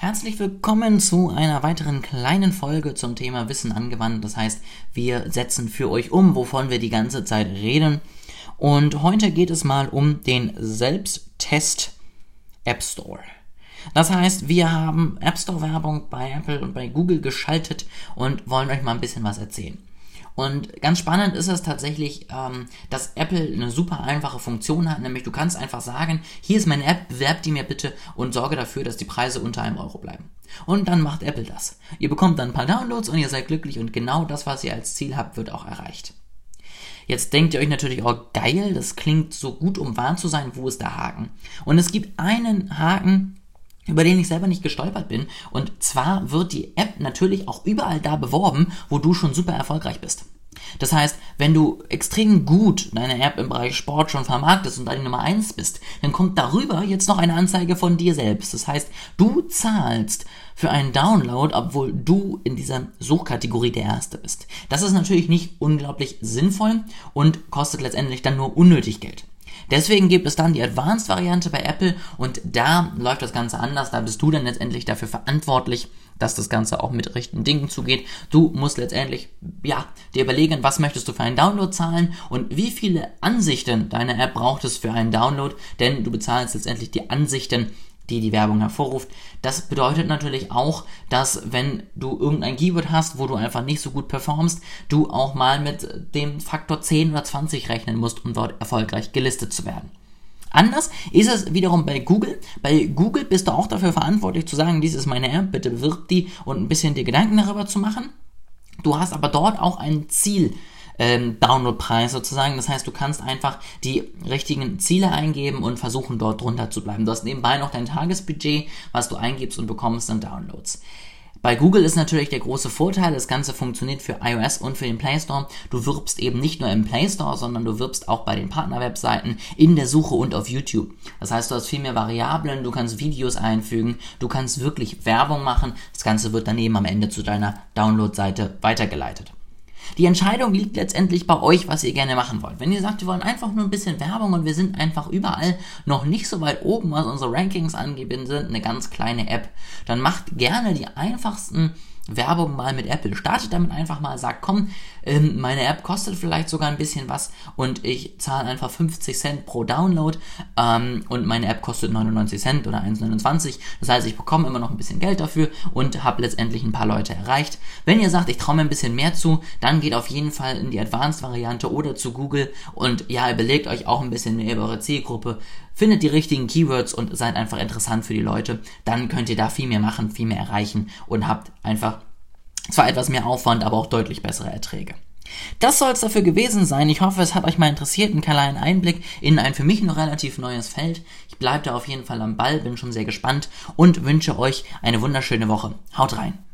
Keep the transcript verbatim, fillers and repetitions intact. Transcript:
Herzlich willkommen zu einer weiteren kleinen Folge zum Thema Wissen angewandt. Das heißt, wir setzen für euch um, wovon wir die ganze Zeit reden. Und heute geht es mal um den Selbsttest App Store. Das heißt, wir haben App Store Werbung bei Apple und bei Google geschaltet und wollen euch mal ein bisschen was erzählen. Und ganz spannend ist es tatsächlich, ähm, dass Apple eine super einfache Funktion hat, nämlich du kannst einfach sagen, hier ist meine App, bewerb die mir bitte und sorge dafür, dass die Preise unter einem Euro bleiben. Und dann macht Apple das. Ihr bekommt dann ein paar Downloads und ihr seid glücklich und genau das, was ihr als Ziel habt, wird auch erreicht. Jetzt denkt ihr euch natürlich, oh geil, das klingt so gut, um wahr zu sein, wo ist der Haken? Und es gibt einen Haken, über den ich selber nicht gestolpert bin. Und zwar wird die App natürlich auch überall da beworben, wo du schon super erfolgreich bist. Das heißt, wenn du extrem gut deine App im Bereich Sport schon vermarktest und da die Nummer eins bist, dann kommt darüber jetzt noch eine Anzeige von dir selbst. Das heißt, du zahlst für einen Download, obwohl du in dieser Suchkategorie der Erste bist. Das ist natürlich nicht unglaublich sinnvoll und kostet letztendlich dann nur unnötig Geld. Deswegen gibt es dann die Advanced-Variante bei Apple und da läuft das Ganze anders. Da bist du dann letztendlich dafür verantwortlich, dass das Ganze auch mit rechten Dingen zugeht. Du musst letztendlich, ja, dir überlegen, was möchtest du für einen Download zahlen und wie viele Ansichten deiner App braucht es für einen Download, denn du bezahlst letztendlich die Ansichten, die die Werbung hervorruft. Das bedeutet natürlich auch, dass wenn du irgendein Keyword hast, wo du einfach nicht so gut performst, du auch mal mit dem Faktor zehn oder zwanzig rechnen musst, um dort erfolgreich gelistet zu werden. Anders ist es wiederum bei Google. Bei Google bist du auch dafür verantwortlich zu sagen, dies ist meine App, bitte bewirb die und ein bisschen dir Gedanken darüber zu machen. Du hast aber dort auch ein Ziel, Ähm, Downloadpreis sozusagen. Das heißt, du kannst einfach die richtigen Ziele eingeben und versuchen, dort drunter zu bleiben. Du hast nebenbei noch dein Tagesbudget, was du eingibst und bekommst dann Downloads. Bei Google ist natürlich der große Vorteil, das Ganze funktioniert für iOS und für den Play Store. Du wirbst eben nicht nur im Play Store, sondern du wirbst auch bei den Partnerwebseiten, in der Suche und auf YouTube. Das heißt, du hast viel mehr Variablen, du kannst Videos einfügen, du kannst wirklich Werbung machen. Das Ganze wird dann eben am Ende zu deiner Download-Seite weitergeleitet. Die Entscheidung liegt letztendlich bei euch, was ihr gerne machen wollt. Wenn ihr sagt, wir wollen einfach nur ein bisschen Werbung und wir sind einfach überall noch nicht so weit oben, was unsere Rankings angeht, sind eine ganz kleine App, dann macht gerne die einfachsten Werbung mal mit Apple. Startet damit einfach mal, sagt, komm, ähm, meine App kostet vielleicht sogar ein bisschen was und ich zahle einfach fünfzig Cent pro Download ähm, und meine App kostet neunundneunzig Cent oder eins neunundzwanzig. Das heißt, ich bekomme immer noch ein bisschen Geld dafür und habe letztendlich ein paar Leute erreicht. Wenn ihr sagt, ich traue mir ein bisschen mehr zu, dann geht auf jeden Fall in die Advanced-Variante oder zu Google und ja, überlegt euch auch ein bisschen mehr über eure Zielgruppe, findet die richtigen Keywords und seid einfach interessant für die Leute. Dann könnt ihr da viel mehr machen, viel mehr erreichen und habt einfach zwar etwas mehr Aufwand, aber auch deutlich bessere Erträge. Das soll es dafür gewesen sein. Ich hoffe, es hat euch mal interessiert, einen kleinen Einblick in ein für mich noch relativ neues Feld. Ich bleibe da auf jeden Fall am Ball, bin schon sehr gespannt und wünsche euch eine wunderschöne Woche. Haut rein!